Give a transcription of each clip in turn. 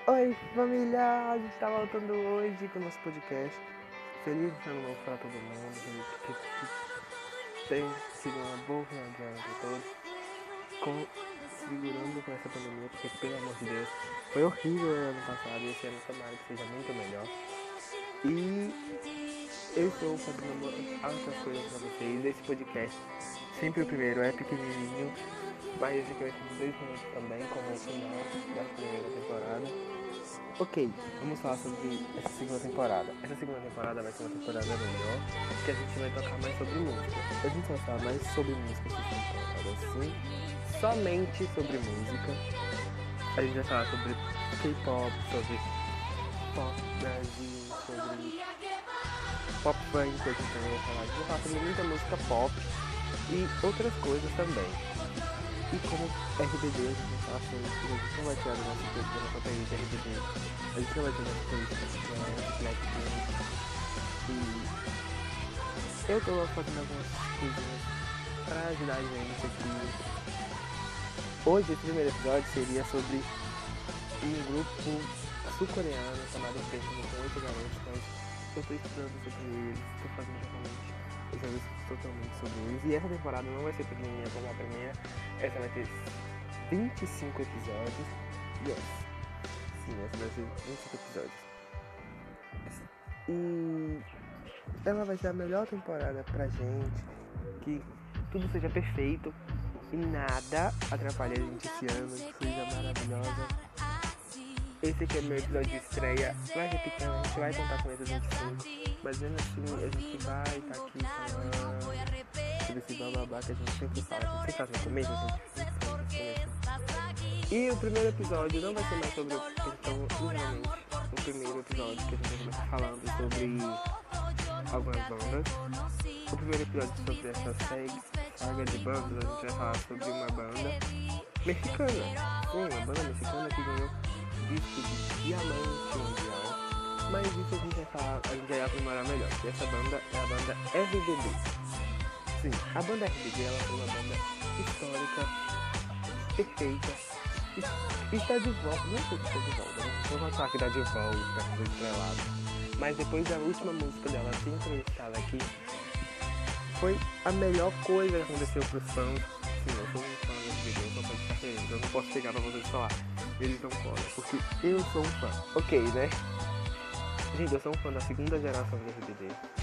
Oi, família! A gente tá voltando hoje com o nosso podcast. Feliz ano novo pra todo mundo. Que tem sido uma boa final de ano pra todos. Segurando com essa pandemia, porque pelo amor de Deus, foi horrível o ano passado e esse ano tomara que seja muito melhor. E eu estou fazendo altas coisas pra vocês. Esse podcast, sempre o primeiro, é pequenininho, mas esse aqui vai ser de 2 minutos também, como o final da primeira temporada. Ok, vamos falar sobre essa segunda temporada. Essa segunda temporada vai ser uma temporada melhor, que a gente vai tocar mais sobre música. A gente vai falar mais sobre música essa temporada, sim, somente sobre música. A gente vai falar sobre K-pop, sobre pop Brasil, sobre pop funk, a gente também vai falar. A gente vai falar sobre muita música pop e outras coisas também. E como RBD, a gente vai falar sobre isso, a gente não vai tirar do nosso tempo da nossa playlist RBD. A gente não vai ter nossa playlist Blackpink. E eu tô fazendo algumas coisinhas pra ajudar a gente aqui. Hoje, esse primeiro episódio seria sobre um grupo sul-coreano chamado Blackpink, com 8 garotos, mas eu tô estudando sobre eles, tô fazendo totalmente sobre eles. E essa temporada não vai ser pequenininha como a primeira, essa vai ter 25 episódios. Yes. Sim, essa vai ser 25 episódios. E ela vai ser a melhor temporada pra gente, que tudo seja perfeito e nada atrapalhe a gente esse ano, que seja maravilhosa. Esse aqui é meu episódio de estreia, vai ser pequeno, a gente vai contar com esses 25, mas mesmo assim a gente vai estar aqui falando sobre esse bababá que a gente sempre fala, a gente sempre faz no começo, E o primeiro episódio não vai ser mais sobre o questão, normalmente, o primeiro episódio que a gente vai começar falando sobre algumas bandas. O primeiro episódio sobre essa saga de bandas, a gente vai falar sobre uma banda mexicana. Sim, uma banda mexicana que ganhou disco de diamante mundial. Mas isso a gente vai falar, a gente vai aprimorar melhor, que essa banda é a banda RBD. Sim, a banda RBD ela foi uma banda histórica, perfeita, e está de volta, não sei se está de volta, não vou falar que está de volta, do estrelado, mas depois da última música dela ser entrevistada aqui, foi a melhor coisa que aconteceu para os fãs. Sim, eu sou um fã do RBD, eu sou fã de carreira, eu não posso chegar para vocês e falar, eles não podem, porque eu sou um fã, ok, né? Gente, eu sou um fã da segunda geração do RBD,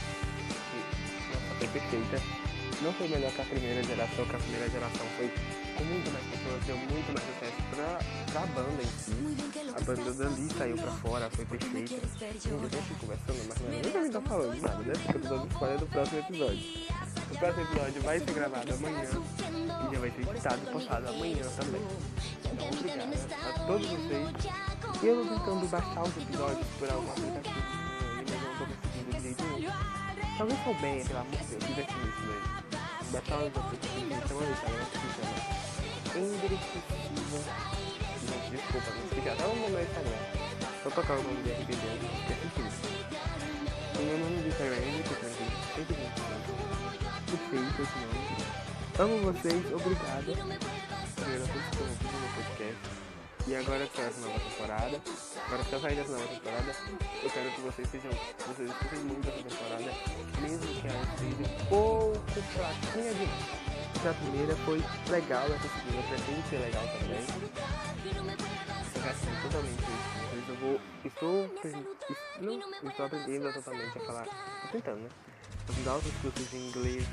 que, nossa, foi perfeita. Não foi melhor que a primeira geração, que a primeira geração foi com muito mais pessoas, deu muito mais sucesso pra banda em si. A banda dali saiu pra fora, foi perfeita. Gente, eu tô aqui conversando, mas não é nem pra mim tá falando nada, né? Porque eu tô dando spoiler do próximo episódio. O próximo episódio vai ser gravado amanhã e já vai ser editado e postado amanhã também. Então, obrigado a todos vocês. E eu tô tentando baixar os episódios por algum aplicativo, mas eu não tô conseguindo de jeito nenhum. Se alguém souber, pelo amor de Deus, fizesse isso, velho. Baixar os aplicativos, chama isso, né? Que se chama Endrecitiva. Gente, desculpa, não explicar. Até no meu Instagram. Vou tocar o nome de RBD, que é incrível. O meu nome do Instagram é Endrecitiva. Perfeito esse nome. Amo vocês, obrigado. Primeiro, eu tô ouvindo no meu podcast. E agora que é essa nova temporada, agora que eu sair dessa nova temporada, eu quero que vocês escutem muito essa temporada, mesmo que ela esteja um pouco fraquinha demais. A primeira foi legal, essa segunda pretende ser legal também. Essa vai ser totalmente estou aprendendo totalmente a falar, tô tentando, né? Fazer altos cursos de inglês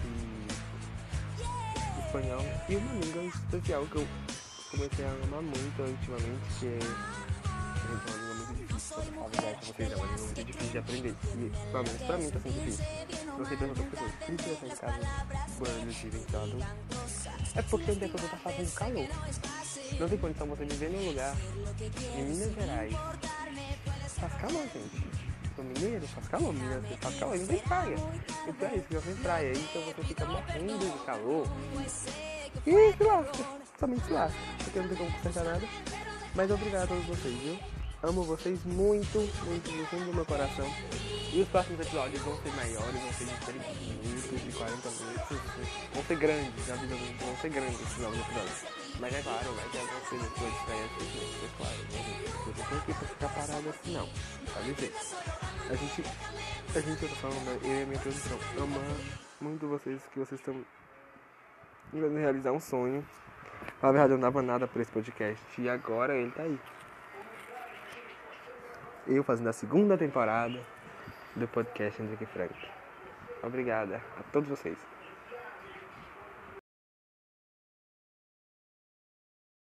e espanhol e uma língua especial que eu comecei a amar muito ultimamente, que é uma língua muito difícil, pra falar igual pra vocês, é uma língua muito difícil de aprender, e pelo menos pra mim tá sendo difícil. Não sei pra outras pessoas, se você tá em casa, banhos de ventilador, é porque onde é que você tá fazendo calor. Não tem condição você viver num lugar, em Minas Gerais, faz calor, gente. No Mineiro faz calor, Minas faz calor, não tem praia. Então é isso, não tem praia, então você fica morrendo de calor. E se lasca, somente se lasca, porque não tem como consertar nada. Mas obrigado a todos vocês, viu? Amo vocês muito, muito do fundo do meu coração. E os próximos episódios vão ser maiores, vão ser de 30 minutos, de 40 minutos. Vão ser grandes, a vida vão ser grandes esses novos episódios. Mas é claro, vai ter algumas coisas que eu estranho assim, claro, né? não tô aqui pra ficar parado assim não, sabe dizer. A gente tá falando, eu e a minha produção, amar muito vocês, que vocês estão tentando realizar um sonho. Na verdade eu não dava nada por esse podcast e agora ele tá aí. Eu fazendo a segunda temporada do podcast Henrique Franco. Obrigada a todos vocês.